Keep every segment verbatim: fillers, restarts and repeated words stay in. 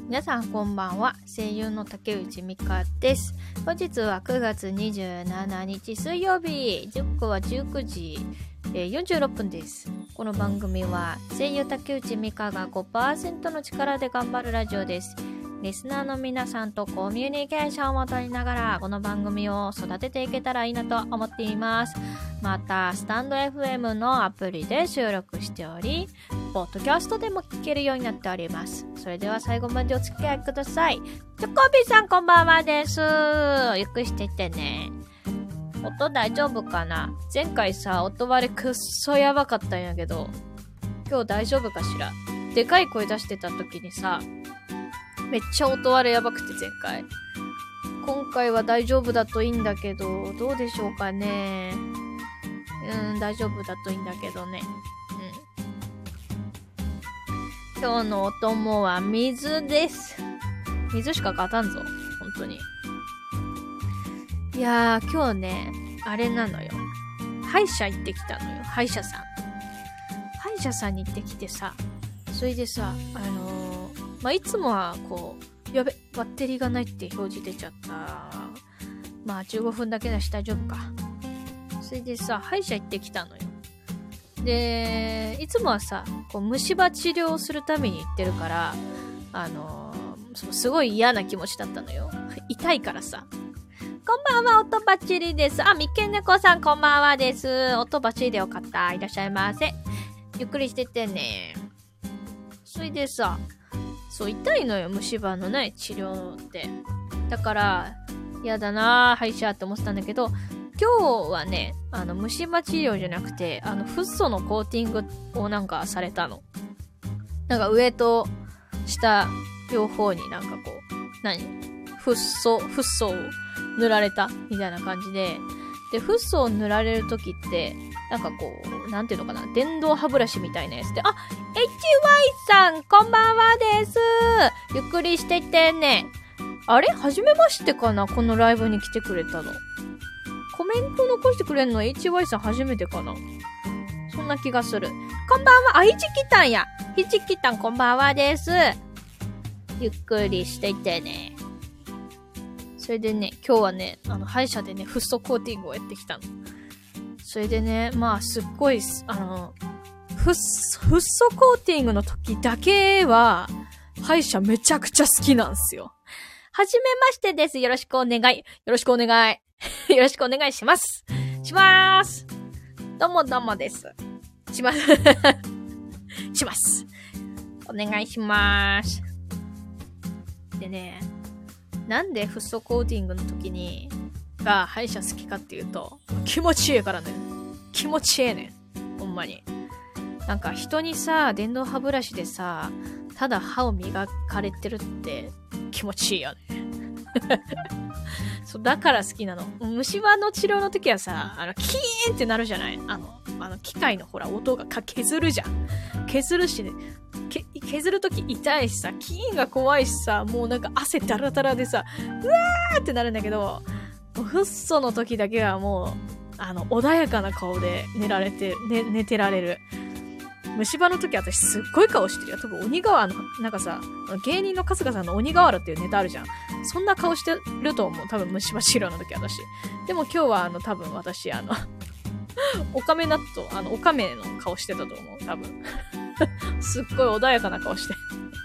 皆さんこんばんは。声優の竹内美香です。本日はくがつにじゅうしちにち水曜日、時刻はじゅうくじよんじゅうろっぷんです。この番組は声優竹内美香が ごパーセント の力で頑張るラジオです。リスナーの皆さんとコミュニケーションを取りながらこの番組を育てていけたらいいなと思っています。またスタンド エフエム のアプリで収録しており、ポッドキャストでも聞けるようになっております。それでは最後までお付き合いください。チョコビさんこんばんはです。ゆっくりしてってね。音大丈夫かな？前回さ、音割れくっそやばかったんやけど、今日大丈夫かしら？でかい声出してた時にさ、めっちゃ音割れやばくて前回。今回は大丈夫だといいんだけど、どうでしょうかね。うん、大丈夫だといいんだけどね。うん。今日のお供は水です。水しか勝たんぞ。本当に。いやー、今日ね、あれなのよ。歯医者行ってきたのよ。歯医者さん。歯医者さんに行ってきてさ、それでさ、あのー、まあ、いつもはこう、やべ、バッテリーがないって表示出ちゃった。まあ、じゅうごふんだけだし大丈夫か。それでさ、歯医者行ってきたのよ。で、いつもはさ、こう虫歯治療をするために行ってるから、あのー、すごい嫌な気持ちだったのよ。痛いからさ。こんばんは、音バッチリです。あ、みけねこさんこんばんはです。音バッチリでよかった。いらっしゃいませ。ゆっくりしててね。それでさ、そう、痛いのよ、虫歯のね、治療って。だから、嫌だなぁ、歯医者って思ってたんだけど、今日はね、あの、虫歯治療じゃなくて、あの、フッ素のコーティングをなんかされたの。なんか上と下、両方になんかこう、何？フッ素、フッ素を塗られたみたいな感じで、で、フッ素を塗られるときって、なんかこう、なんていうのかな、電動歯ブラシみたいなやつで、あ、エイチワイ さん、こんばんはです。ゆっくりしてってね。あれ？はじめましてかな？このライブに来てくれたの。コメント残してくれんの エイチワイ さん初めてかな？そんな気がする。こんばんは。あ、ひちきたんや。ひちきたんこんばんはです。ゆっくりしていてね。それでね、今日はね、あの、歯医者でね、フッ素コーティングをやってきたの。それでね、まあ、すっごい、あの、フッ素、フッ素コーティングの時だけは、歯医者めちゃくちゃ好きなんですよ。はじめましてです。よろしくお願い。よろしくお願い。よろしくお願いします。しまーす。どうもどうもです。します。します。お願いしまーす。でね、なんでフッ素コーティングの時にが歯医者好きかっていうと、気持ちいいからね。気持ちいいね。ほんまに。なんか人にさ、電動歯ブラシでさ、ただ歯を磨かれてるって気持ちいいよね。そう、だから好きなの。虫歯の治療の時はさ、あの、キーンってなるじゃない？あの、あの、機械のほら、音がか削るじゃん。削るしね。け削るとき痛いしさ、キーンが怖いしさ、もうなんか汗ダラダラでさ、うわーってなるんだけど、フッ素の時だけはもう、あの、穏やかな顔で寝られて、ね、寝てられる。虫歯の時私すっごい顔してるよ。多分鬼瓦の、なんかさ、芸人の春日さんの鬼瓦っていうネタあるじゃん。そんな顔してると思う。多分虫歯治療の時私。でも今日はあの、多分私あの、オカメ納豆、あの、オカメの顔してたと思う。多分。すっごい穏やかな顔して。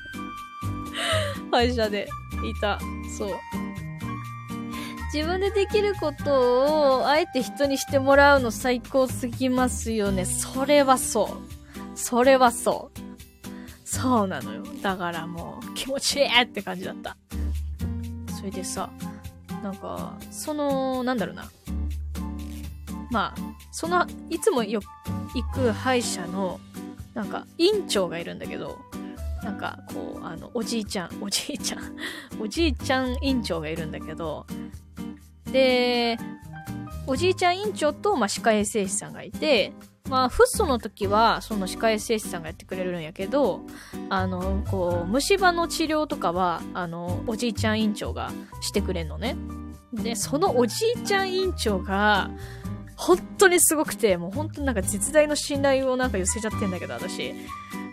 歯医者でいた。そう。自分でできることを、あえて人にしてもらうの最高すぎますよね。それはそう。それはそう。そうなのよ。だからもう気持ちいいって感じだった。それでさ、なんか、その、なんだろうな。まあ、その、いつもよ、行く歯医者の、なんか、院長がいるんだけど、なんか、こう、あの、おじいちゃん、おじいちゃん、おじいちゃん院長がいるんだけど、で、おじいちゃん院長と、まあ、歯科衛生士さんがいて、まあ、フッ素の時は、その歯科衛生士さんがやってくれるんやけど、あの、こう、虫歯の治療とかは、あの、おじいちゃん院長がしてくれんのね。で、そのおじいちゃん院長が、本当にすごくて、もう本当になんか絶大の信頼をなんか寄せちゃってんだけど、私。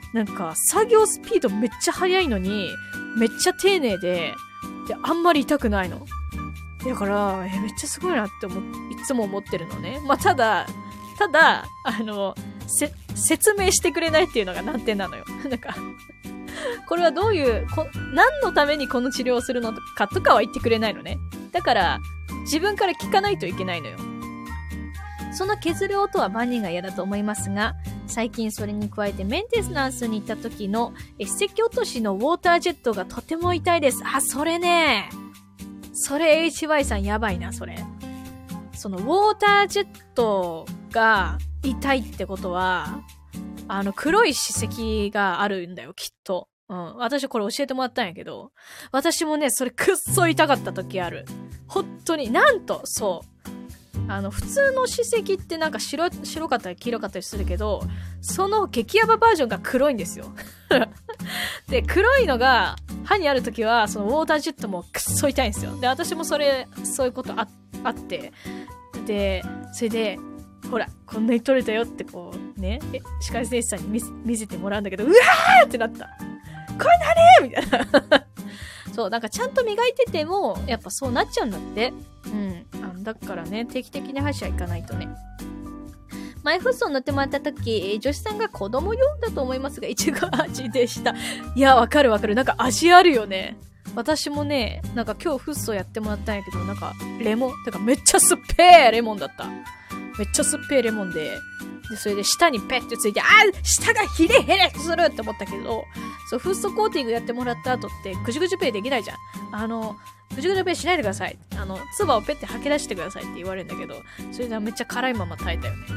なんか作業スピードめっちゃ速いのに、めっちゃ丁寧で、で、あんまり痛くないの。だから、え、めっちゃすごいなって思っ、いつも思ってるのね。まあ、ただ、ただ、あの、せ、説明してくれないっていうのが難点なのよ。なんか、これはどういう、こ、何のためにこの治療をするのかとかは言ってくれないのね。だから、自分から聞かないといけないのよ。その削る音は万人が嫌だと思いますが、最近それに加えてメンテナンスに行った時の石石落としのウォータージェットがとても痛いです。あ、それね。それ エイチワイ さんやばいな、それ。そのウォータージェットが痛いってことは、あの黒い歯石があるんだよ、きっと。うん。私これ教えてもらったんやけど、私もね、それくっそ痛かった時ある。本当に、なんと、そう。あの、普通の歯石ってなんか白、白かったり黄色かったりするけど、その激ヤババージョンが黒いんですよ。で、黒いのが歯にあるときは、そのウォータージェットもくっそ痛いんですよ。で、私もそれ、そういうことあ、あって、で、それで、ほら、こんなに取れたよってこう、ね、え、歯科衛生士さんに見せ、見せてもらうんだけど、うわーってなった。これ何みたいな。そう、なんかちゃんと磨いてても、やっぱそうなっちゃうんだって。うん。あだからね、定期的に歯医者行かないとね。前フッ素を塗ってもらった時、女子さんが子供用だと思いますが、いちご味でした。いや、わかるわかる。なんか味あるよね。私もね、なんか今日フッ素やってもらったんやけど、なんかレモン、てかめっちゃ酸っぺーレモンだった。めっちゃ酸っぺーレモンで、で、それで舌にペッてついて、あー舌がヒレヘレするって思ったけど、そう、フッ素コーティングやってもらった後って、ぐじゅぐじゅペイできないじゃん。あの、ぐじゅぐじゅペイしないでください。あの、唾をペッて吐き出してくださいって言われるんだけど、それでめっちゃ辛いまま耐えたよね。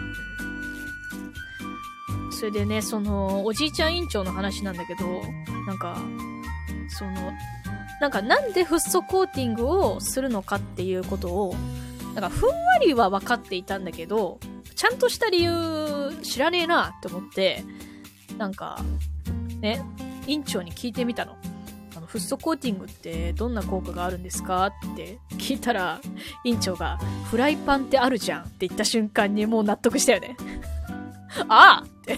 それでね、その、おじいちゃん院長の話なんだけど、なんか、その、なんかなんでフッ素コーティングをするのかっていうことを、なんかふんわりは分かっていたんだけど、ちゃんとした理由知らねえなって思って、なんか、ね、院長に聞いてみたの。あの、フッ素コーティングってどんな効果があるんですかって聞いたら、院長が、フライパンってあるじゃんって言った瞬間にもう納得したよね。ああって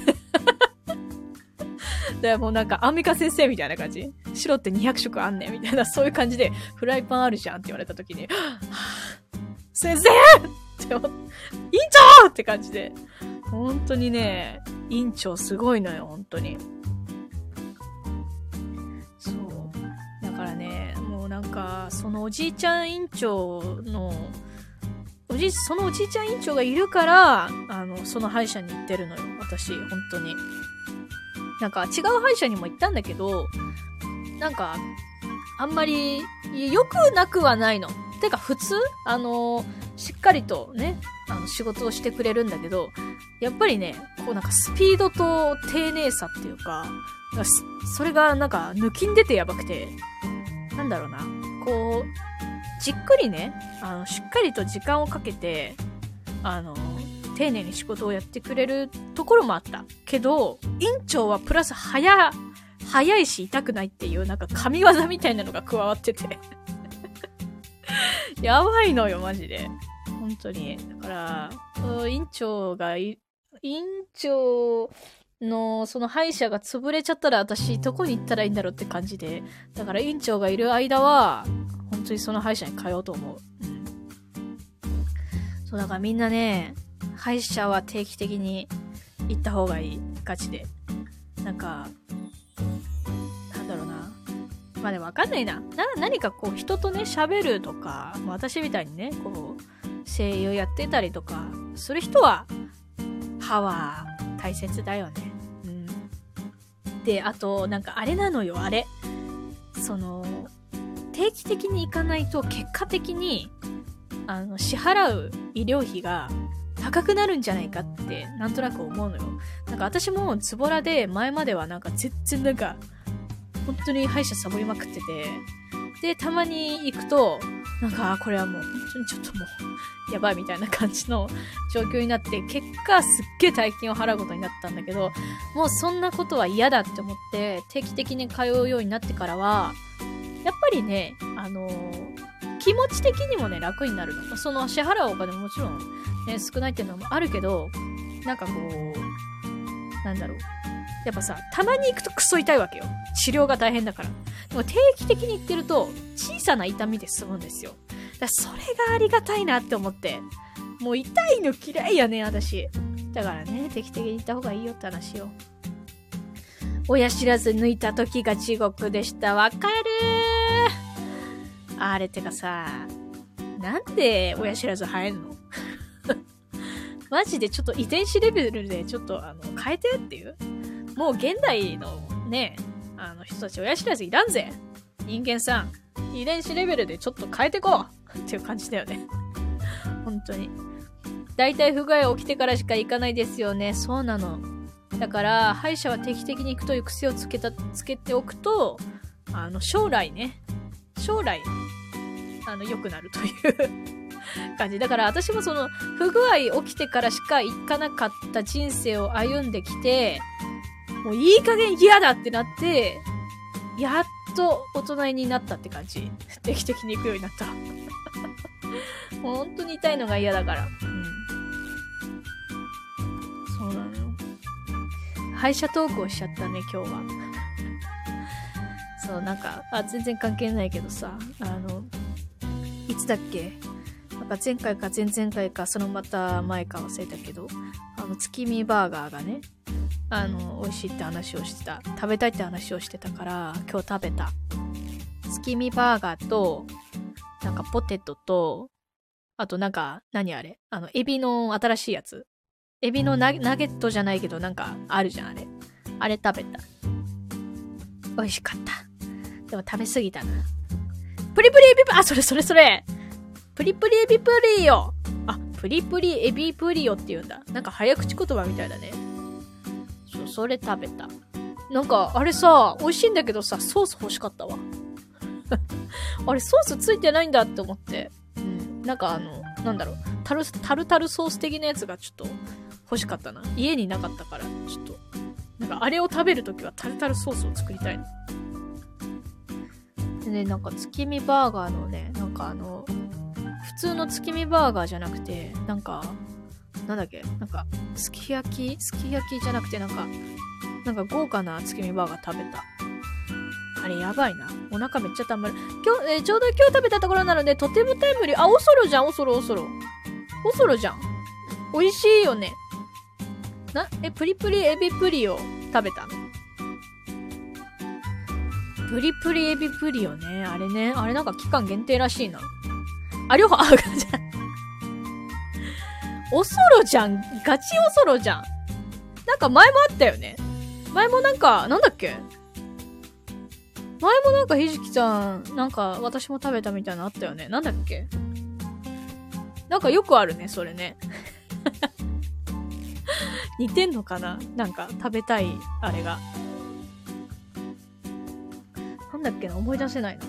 でもうなんかアンミカ先生みたいな感じ、白ってにひゃくしょくあんねんみたいな、そういう感じでフライパンあるじゃんって言われた時に、はぁ先生って思って、院長って感じで、本当にね、院長すごいのよ、本当に。そうだからね、もうなんかそのおじいちゃん院長のおじそのおじいちゃん院長がいるから、あのその歯医者に行ってるのよ、私。本当になんか違う歯医者にも行ったんだけど、なんかあんまり良くなくはないの。てか普通あのしっかりとね、あの仕事をしてくれるんだけど、やっぱりね、こうなんかスピードと丁寧さっていうか、それがなんか抜きん出てやばくて、なんだろうな、こうじっくりね、あのしっかりと時間をかけて、あの丁寧に仕事をやってくれるところもあったけど、院長はプラス早早いし痛くないっていうなんか神業みたいなのが加わっててやばいのよマジで、本当に。だから院長が院長のその歯医者が潰れちゃったら私どこに行ったらいいんだろうって感じで、だから院長がいる間は本当にその歯医者に通おうと思う。うん、そうだからみんなね、歯医者は定期的に行った方がいい、ガチで。なんかなんだろうな、まあでもわかんないな。な何かこう人とね喋るとか、まあ、私みたいにねこう声優やってたりとかする人は歯は大切だよね。うん。で、あとなんかあれなのよ、あれ。その定期的に行かないと結果的にあの支払う医療費が高くなるんじゃないかってなんとなく思うのよ。なんか私もズボラで前まではなんか全然なんか本当に歯医者サボりまくってて、でたまに行くとなんかこれはもう本当にちょっともうやばいみたいな感じの状況になって、結果すっげえ大金を払うことになったんだけど、もうそんなことは嫌だって思って定期的に通うようになってからはやっぱりね、あのー、気持ち的にもね楽になるの。その支払うお金ももちろんね少ないっていうのもあるけど、なんかこうなんだろう、 やっぱさ、たまに行くとクソ痛いわけよ。治療が大変だから。でも定期的に行ってると、小さな痛みで済むんですよ。だからそれがありがたいなって思って。もう痛いの嫌いやね、私。だからね、定期的に行った方がいいよって話よ。親知らず抜いた時が地獄でした。わかるー。あれってかさ、なんで親知らず生えんのマジでちょっと遺伝子レベルでちょっとあの変えてっていう。もう現代のね、あの人たち親知らずいらんぜ。人間さん、遺伝子レベルでちょっと変えてこうっていう感じだよね。本当に。だいたい不具合起きてからしか行かないですよね。そうなの。だから歯医者は定期的に行くという癖をつけたつけておくと、あの将来ね、将来あの良くなるという感じだから、私もその不具合起きてからしか行かなかった人生を歩んできて、もういい加減嫌だってなって、やっと大人になったって感じ。定期的に行くようになったもう本当に痛いのが嫌だから。うん。そうなのよ。歯医者トークをしちゃったね、今日は。そう、なんか、あ、全然関係ないけどさ、あの、いつだっけ？なんか前回か前々回か、そのまた前か忘れたけど、あの、月見バーガーがね、あの、美味しいって話をしてた。食べたいって話をしてたから、今日食べた。月見バーガーと、なんかポテトと、あとなんか、何あれ？あの、エビの新しいやつ。エビのナゲットじゃないけど、なんか、あるじゃん、あれ。あれ食べた。美味しかった。でも食べ過ぎたな。プリプリエビプリ、あ、それそれそれ。プリプリエビプリよ。あ、プリプリエビプリよって言うんだ。なんか早口言葉みたいだね。そう、それ食べた。なんか、あれさ、美味しいんだけどさ、ソース欲しかったわ。あれ、ソースついてないんだって思って。うん。なんかあの、なんだろう。タル、タルタルソース的なやつがちょっと欲しかったな。家になかったから、ちょっと。なんかあれを食べるときはタルタルソースを作りたいの。でね、なんか月見バーガーのね、なんかあの、普通の月見バーガーじゃなくて、なんか、なんだっけ、なんか、すき焼きすき焼きじゃなくて、なんか、なんか豪華な月見バーガー食べた。あれやばいな。お腹めっちゃたまる。今日、えー、ちょうど今日食べたところなので、とてもタイムリー。あ、オソロじゃん、オソロ、オソロ。オソロじゃん。美味しいよね。な、え、プリプリエビプリを食べたの？プリプリエビプリよね。あれね。あれなんか期間限定らしいな。あ、両方、あ、じゃん。オソロじゃん。ガチオソロじゃん。なんか前もあったよね。前もなんか、なんだっけ？前もなんかひじきさん、なんか私も食べたみたいなのあったよね。なんだっけ？なんかよくあるね、それね。似てんのかな？なんか食べたい、あれが。なんだっけな？思い出せないな。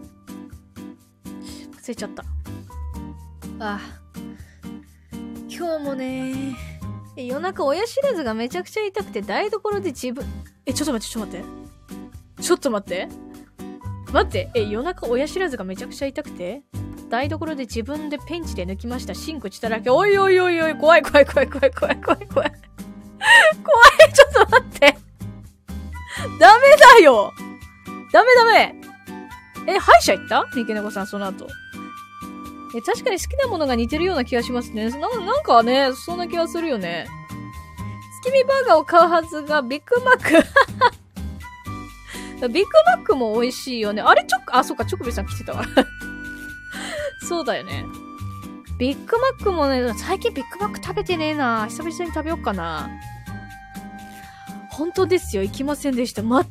忘れちゃった。あ、今日もね、夜中親知らずがめちゃくちゃ痛くて台所で自分、え、ちょっと待って、ちょっと待って。ちょっと待って。待って、え、夜中親知らずがめちゃくちゃ痛くて台所で自分でペンチで抜きました。シンク血だらけ。おいおいおいおい、怖い怖い怖い怖い怖い怖い怖い。怖い、ちょっと待って。ダメだよ。ダメダメ。え、歯医者行った？三毛猫さん、その後。え、確かに好きなものが似てるような気がしますね。な、なんかね、そんな気がするよね。月見バーガーを買うはずが、ビッグマック。ビッグマックも美味しいよね。あれ、チョコ、あ、そうか、チョコビさん来てたわ。そうだよね。ビッグマックもね、最近ビッグマック食べてねえな。久々に食べよっかな。本当ですよ。行きませんでした。待って。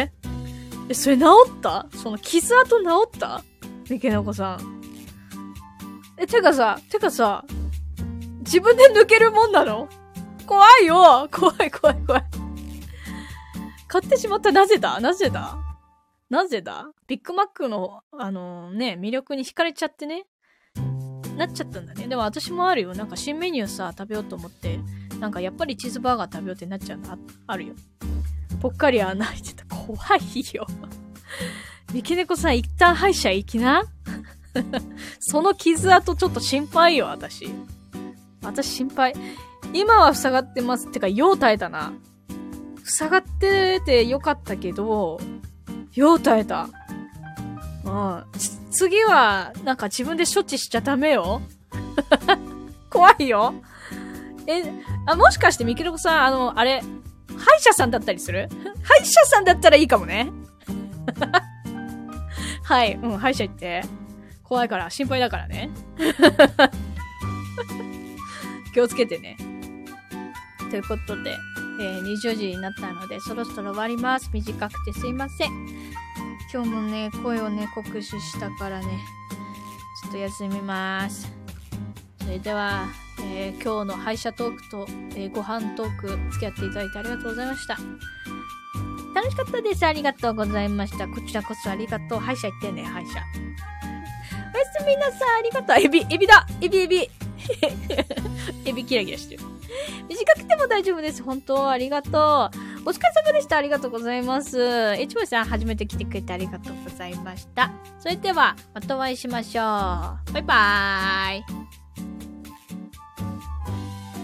え、それ治った？その傷跡治った？三毛猫さん。え、てかさ、てかさ、自分で抜けるもんなの？怖いよ！怖い怖い怖い。買ってしまった。なぜだ？なぜだ？なぜだ？ビッグマックの、あのー、ね、魅力に惹かれちゃってね。なっちゃったんだね。でも私もあるよ。なんか新メニューさ、食べようと思って、なんかやっぱりチーズバーガー食べようってなっちゃうの あ, あるよ。ぽっかり穴開いてた。怖いよ。三毛猫さん、一旦歯医者行きな。その傷跡ちょっと心配よ、私。私心配。今は塞がってます。ってか、よう耐えたな。 塞がっててよかったけど、よう耐えた。うん。次は、なんか自分で処置しちゃダメよ。怖いよ。え、あ、もしかしてミケロコさん、あの、あれ、歯医者さんだったりする？歯医者さんだったらいいかもね。はい、うん、歯医者行って。怖いから、心配だからね。気をつけてね。ということで、えー、にじゅうじになったので、そろそろ終わります。短くてすいません。今日もね、声をね、酷使したからね、ちょっと休みます。それでは、えー、今日の歯医者トークと、えー、ご飯トーク付き合っていただいてありがとうございました。楽しかったです。ありがとうございました。こちらこそありがとう。歯医者行ってね、歯医者。おやすみなさい。ありがとう。エビ、エビだ。エビエビ。エビキラキラしてる。短くても大丈夫です。本当ありがとう。お疲れ様でした。ありがとうございます。エチボイさん、初めて来てくれてありがとうございました。それでは、またお会いしましょう。バイバーイ。